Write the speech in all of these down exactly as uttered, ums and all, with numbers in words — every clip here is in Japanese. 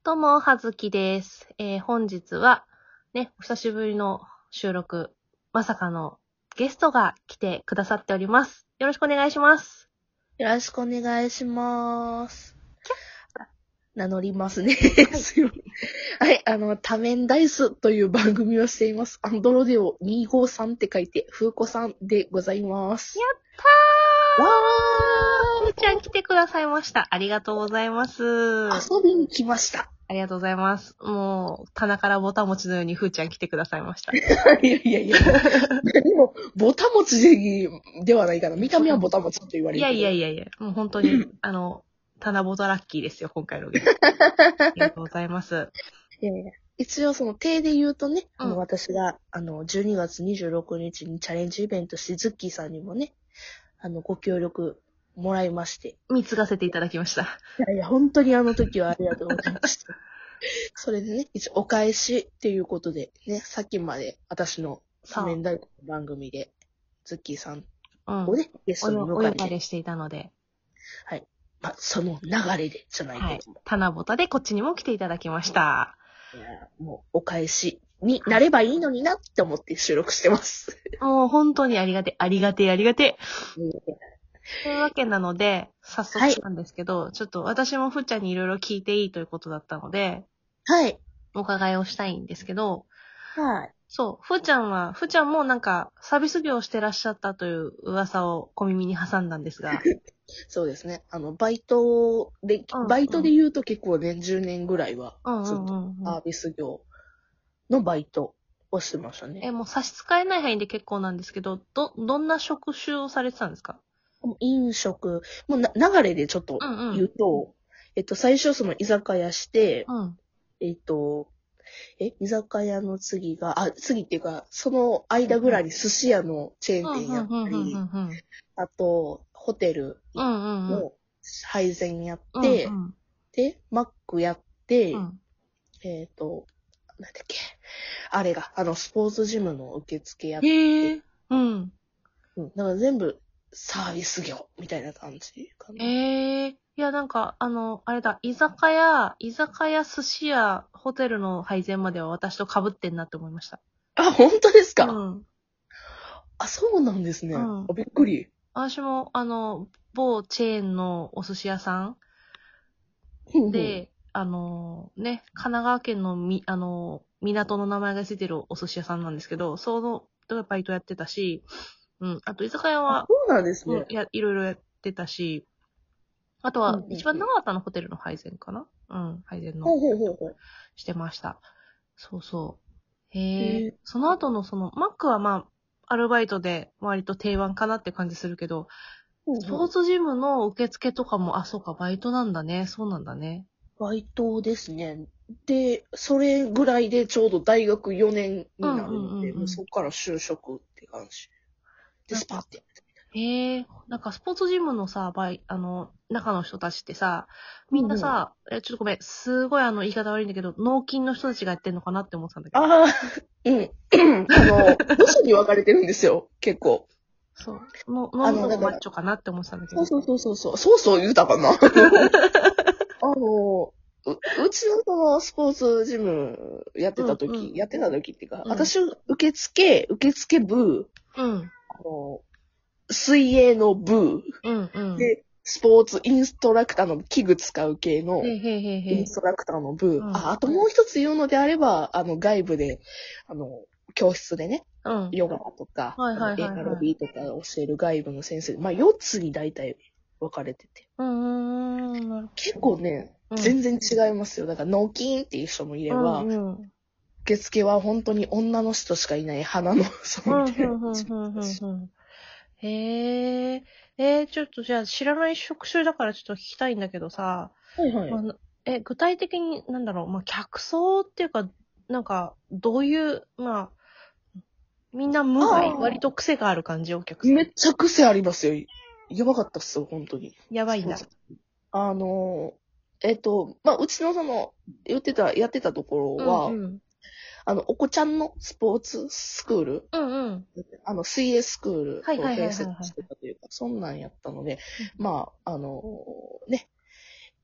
どうも、はずきです。えー、本日は、ね、お久しぶりの収録、まさかのゲストが来てくださっております。よろしくお願いします。 よろしくお願いします。名乗りますね。 はいすいません。はい、あの、多面ダイスという番組をしています。アンドロデオにひゃくごじゅうさんって書いて、ふうこさんでございます。 やったわーふーちゃん来てくださいました。ありがとうございます。 ー遊びに来ました。 ありがとうございます。もう、棚からぼたもちのようにふーちゃん来てくださいました。 いやいやいや、何も、ぼたもちでではないかな。見た目はぼたもちと言われいやるけど。 いやいやいや、もう本当に、あの、棚ぼたラッキーですよ、今回のゲスト。ありがとうございます。 いやいや一応その手で言うとね、 うんあの私があのじゅうにがつにじゅうろくにちにチャレンジイベントしてズッキーさんにもね、あのご協力もらいまして。 貢がせていただきました。 いやいや、本当にあの時はありがとうございました。それでね、一応お返しっていうことでね、さっきまで私の多面大学の番組でズッキーさんうん。 をね、ゲスおよ、おトに迎えて、 呼ばれしていたので、 はい。まあ、その流れでじゃないはいけども。。 棚ぼたでこっちにも来ていただきました。 いやもうお返しになればいいのになって思って収録してます。 もう本当にありがて、ありがて、ありがて。というわけなので、早速なんですけど、ちょっと私もふっちゃんにいろいろ聞いていいということだったので、 はい。 お伺いをしたいんですけど、 はい。 そう、ふっちゃんは、ふっちゃんもなんかサービス業をしてらっしゃったという噂を小耳に挟んだんですが、 そうですね。あの、バイトで、 うんバイトで言うと結構ね、じゅうねんぐらいは、 うんずっとうんうんうんサービス業のバイトをしてましたね。 え、もう差し支えない範囲で結構なんですけど、ど、どんな職種をされてたんですか？ 飲食、もうな流れでちょっとうんうん言うと、えっと、最初その居酒屋して、 うん。 えっと、え、居酒屋の次が、あ、次っていうか、その間ぐらいに寿司屋のチェーン店やったり、あと、ホテルうんうんうん。 の配膳やっうんて、 うんで、マックやって、 うん。 えっと、なんだっけ、あれが、あの、スポーツジムの受付やって、 へえ。うん。 うん、だから全部サービス業みたいな感じかな。 ええ。いや、なんか、あの、あれだ、居酒屋、居酒屋、寿司屋、ホテルの配膳までは私と被ってんなって思いました。 あ、本当ですか？ うん。 あ、そうなんですね。 うんあ、びっくり。 私も、あの、某チェーンのお寿司屋さんふんふん。 で、あの、ね、神奈川県のみ、あの、港の名前がついてるお寿司屋さんなんですけど、その、バイトやってたし、うん。あと、居酒屋あ、 は、 そうなんですね。 うん、や、いろいろやってたし、あとは、 うんうんうん一番長かったのホテルの配膳かな？うん、配膳のほうほうほうほう。 してました。そうそう。へえ。 へえ。 その後のその、マックはまあ、アルバイトで割と定番かなって感じするけど、スポーほうほう。 ツジムの受付とかも、あ、そうか、バイトなんだね。そうなんだね。 バイトですね。で、それぐらいでちょうど大学よねんになるので、 うんうんうんうんもうそこから就職って感じ。で、スパってやってみたいへえ。なんかスポーツジムのさ、バイ、あの、中の人たちってさ、 な。 みんなさ、え、ちょっとごめん、すごいあの言い方悪いんだけど、脳筋の人たちがやってんのかなって思ってたんだけど。 ああ、うん。あの、部署に分かれてるんですよ、結構。 そう。の、 あの、 脳のだから、 マッチョかなって思ってたんだけど。 そうそうそうそうそう、そうそう言うたかな。あの、う、うちのそのスポーツジムやってた時、 うんうんやってた時っていうか、 うん私、受付、受付部、 うん。 あの、水泳の部、 うんうん。 で、スポーツインストラクターの器具使う系のへいへいへいへいインス。トラクターの部、 うんあ、あともう一つ言うのであれば、あの、外部で、あの、教室でね、 うん。 ヨガとか、 はいはいはいはいあのエアロビとか教える外部の先生、まあよっつに大体分かれてて。 うーん。なる結構ね、 うん全然違いますよ。だから、脳筋っていう人もいれば、 うんうん。 受付は本当に女の人しかいない花のうん、 そうみたいなふんふんふんふんふん。へえ。えー、ちょっとじゃあ知らない職種だからちょっと聞きたいんだけどさ、 はいはい。 まあなえ、具体的になんだろう、まあ、客層っていうか、なんか、どういう、まあ、みんな無害ああ割と癖がある感じ、お客さん。 めっちゃ癖ありますよ。やばかったっすよ、本当に。 やばいんだ。 あの、えっと、まあ、うちのその、言ってた、やってたところは、 うんうん。 あの、お子ちゃんのスポーツスクール、 うんうん。 あの、水泳スクールはいはいはいはいはいと併設してたというか、そんなんやったので、まあ、あの、ね、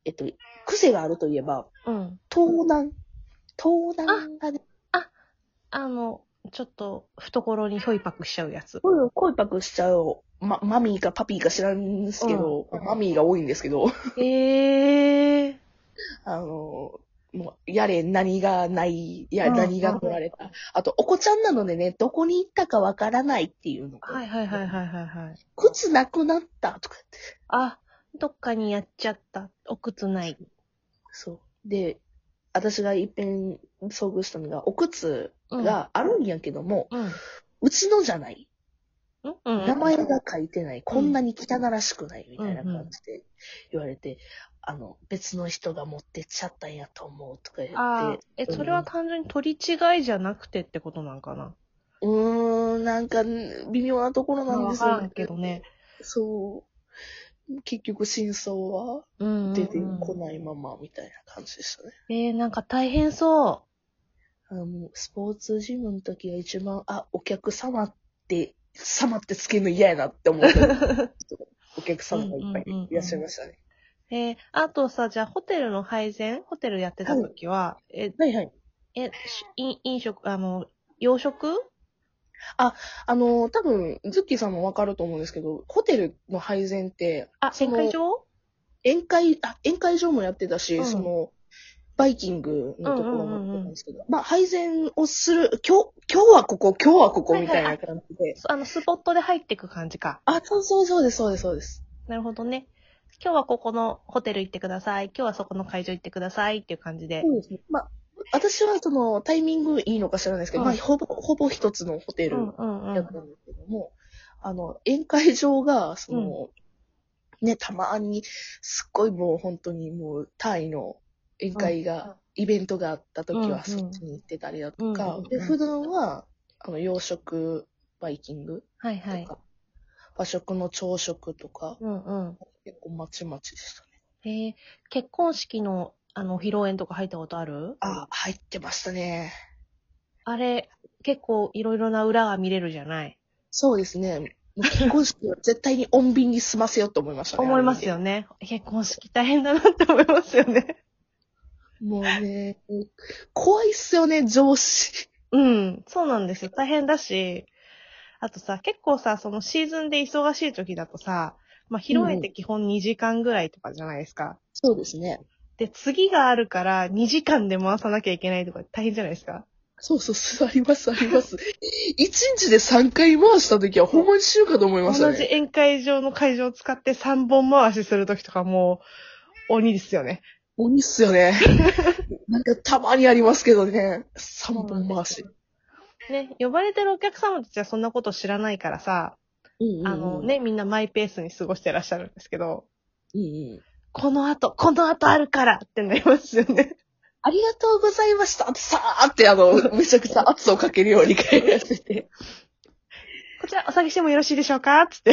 えっと、癖があるといえば、 うん。 盗難。盗難がね、 あの、ちょっと、懐にひょいぱくしちゃうやつ。 声を声パクしちゃう、ま、マミーかパピーか知らんですけど、マミーが多いんですけど、 ええあの、もう、やれ何がない、や、 うん何が取られた。あと、お子ちゃんなのでね、どこに行ったかわからないっていうのと。 はいはいはいはいはいはい。 靴なくなったとかって。 あ、どっかにやっちゃった。お靴ない。 そう。で、私が一遍遭遇したのが、お靴うん。 があるんやけども、 うん。 うちのじゃない。 うんうん。 名前が書いてない。こんなに汚らしくないみたいな感じで言われて、あの、別の人が持ってっちゃったんやと思うとか言ああ、 って。 え、それは単純に取り違いじゃなくてってことなんかな。 うーん、なんか、微妙なところまあ、 なんですよね。 わからんけどね。 そう。結局真相はうんうん、うん。 出てこないままみたいな感じでしたね。 えー、なんか大変そあの、スポーツジムの時が一番、あ、お客様って、様ってつけるの嫌やなって思ったお客様がいっぱいいらっしゃいましたね。 う。えー、あとさ、じゃあホテルの配膳ホテルやってた時は、え、 はいはい。 え、し飲飲食、あの、洋食あ、あの、多分、ズッキーさんもわかると思うんですけど、ホテルの配膳って、 あ、宴会場宴会、あ、宴会場もやってたし、 うんその、バイキングのところもやってうんうんうんうんたんですけど、まあ、配膳をする、今日、今日はここ、今日はここみたいな感じで。 あの、スポットで入っていく感じか。 あ、そうそうそうです、そうです、そうです。 なるほどね。今日はここのホテル行ってください。今日はそこの会場行ってくださいっていう感じで。 そうですね。まあ、私はその、タイミングいいのか知らないですけど、 うんまあ、ほぼ、ほぼ一つのホテルうんうんうん。 やったんですけども、あの、宴会場が、その、ね、たまに、すっごいもう本当にもう、タイの宴会が、イベントがあった時はそっちに行ってたりだとか、 うんうんで、普段は、あの、洋食、バイキングはいはい。 とか、和食の朝食とか、 うんうん。 結構まちまちでしたね。 えー、結婚式の、あの、披露宴とか入ったことあるあ、入ってましたね。 あれ、結構いろいろな裏が見れるじゃないそうですね。もう結婚式は絶対に穏便に済ませようと思いましたね。 思いますよね。結婚式大変だなって思いますよね。 もうね、怖いっすよね、上司。 うん、そうなんですよ。大変だし、あとさ、結構さ、そのシーズンで忙しい時だとさ、まあ、披露宴って基本にじかんぐらいとかじゃないですか。 そうですね。 で、次があるからにじかんで回さなきゃいけないとか大変じゃないですか。 そうそうそう、あります、あります。一日でさんかい回した時はほんまに死ぬかと思いましたね。 同じ宴会場の会場を使ってさんぼん回しする時とかもう鬼ですよね。 鬼っすよね。なんかたまにありますけどね。さんぼん回し。 ね、呼ばれてるお客様たちはそんなこと知らないからさ、 うんうんうん、 あのね、みんなマイペースに過ごしてらっしゃるんですけど、 うんうん、 この後、この後あるからってなりますよね。 ありがとうございましたってさーってあの、めちゃくちゃ圧をかけるように帰らせて。 こちらお下げしてもよろしいでしょうかつって。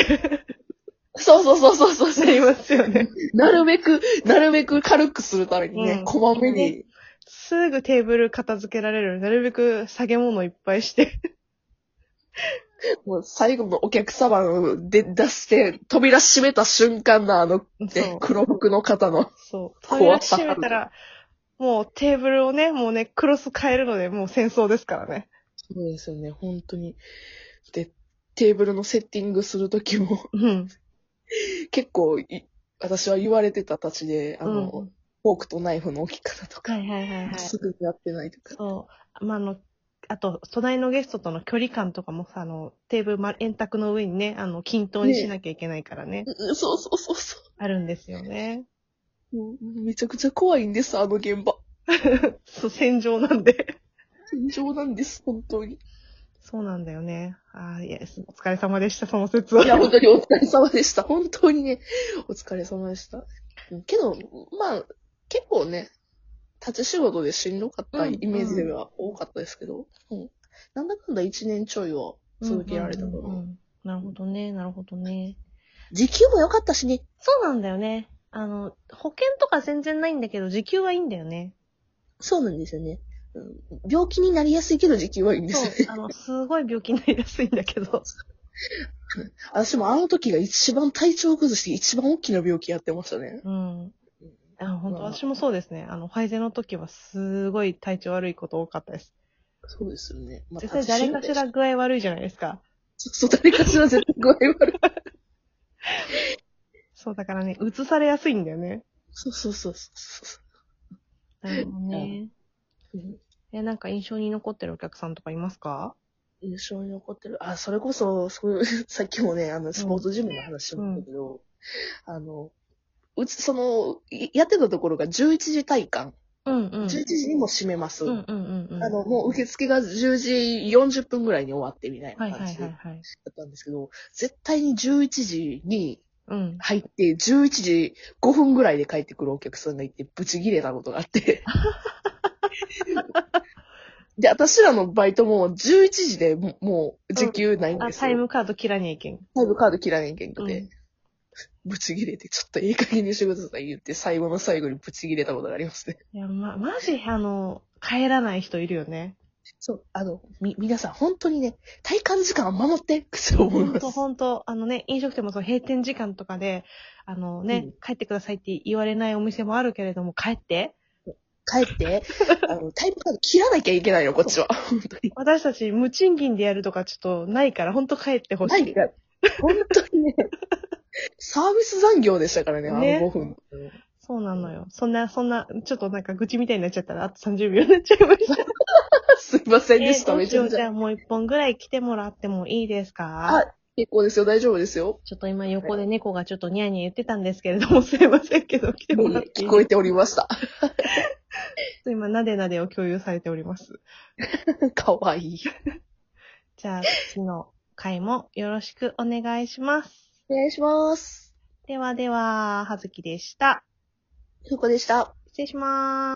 そうそうそうそうそうそう。 なりますよね。 なるべく、なるべく軽くするためにね、 うんこまめに。 ねすぐテーブル片付けられる。なるべく下げ物いっぱいして。 もう最後のお客様で出して、扉閉めた瞬間のあの、ねそう、 黒服の方の。 そう。扉閉めたら、もうテーブルをね、もうね、クロス変えるので、もう戦争ですからね。 そうですよね、本当に。で、テーブルのセッティングするときも、 うん。 結構い、私は言われてたたちで、あの、 うんフォークとナイフの置き方とか、 はいはいはいはい。 すぐやってないとか。 そう。まあ、あの、あと、隣のゲストとの距離感とかもさ、あの、テーブル、ま、円卓の上にね、あの、均等にしなきゃいけないからね。 うそうそうそうそあるんですよね。 う。もうめちゃくちゃ怖いんです、あの現場。 そう、戦場なんで。 戦場なんです、本当に。 そうなんだよね。ああ、いや、お疲れ様でした、その説は。 いや、本当にお疲れ様でした。本当にね、お疲れ様でした。けど、まあ、結構ね、立ち仕事でしんどかったイメージが多かったですけど、うんうん、なんだかんだ一年ちょいは続けられたから、うんうんうん。 なるほどね、なるほどね。 時給も良かったしね。 そうなんだよね。あの、保険とか全然ないんだけど、時給はいいんだよね。 そうなんですよね。うん、病気になりやすいけど時給はいいんですよね。 そう、あの、すごい病気になりやすいんだけど。 私もあの時が一番体調を崩して一番大きな病気やってましたね。 うん。 あ、本当、 まあ、 私もそうですね。あの、ファイゼの時はすごい体調悪いこと多かったです。 そうですよね。まあ、 絶対誰かしら具合悪いじゃないですか。 そう、誰かしら絶対具合悪い。 そう、だからね、移されやすいんだよね。 そうそうそうそなるほどね。 う。うんえ、なんか印象に残ってるお客さんとかいますか？ 印象に残ってる。あ、それこそ、そういうさっきもね、あの、スポーツジムの話しましたけど、あの、うち、その、いやってたところがじゅういちじ体感。 うんうん。 じゅういちじにも閉めます。 うんうんうんうん。 あの、もう受付がじゅうじよんじゅっぷんぐらいに終わってみたいなはいはい感じだはいはい。 ったんですけど、絶対にじゅういちじにうん。 入って、じゅういちじごふんぐらいで帰ってくるお客さんがいて、ブチギレたことがあって。で、私らのバイトもじゅういちじでももう時給ないんあ、 ですよ。 タイムカード切らにゃいけん。 タイムカード切らねんけんくて、 うん。 ブチギレて、ちょっといい加減にしてください言って、最後の最後にブチギレたことがありますね。 いや、ま、マジ、あの、帰らない人いるよね。 そう、あの、み、皆さん本当にね、体感時間を守ってって思ほんといます。 ほんと、あのね、飲食店もそう閉店時間とかで、あのね、 うん帰ってくださいって言われないお店もあるけれども、帰って。 帰って、あの、タイムカード切らなきゃいけないの、こっちは。本当に。 私たち無賃金でやるとかちょっとないから、ほんと帰ってほしい。 ないから、本当にね、サービス残業でしたからね、あのねごふん。 そうなのよ。そんな、そんな、ちょっとなんか愚痴みたいになっちゃったら、あとさんじゅうびょうになっちゃいました。 すいませんえー、 でした、 どうしよう。 めちゃめちゃ。 じゃあもう一本ぐらい来てもらってもいいですか？ あ、結構ですよ、大丈夫ですよ。 ちょっと今横で猫がちょっとニャーニャー言ってたんですけれども、すいませんけど、来ていえいえ、 もらっていい聞こえておりました。 今、なでなでを共有されております。 かわいい。 じゃあ、次の回もよろしくお願いします。 お願いします。 ではでは、はずきでした。 ふうこでした。 失礼します。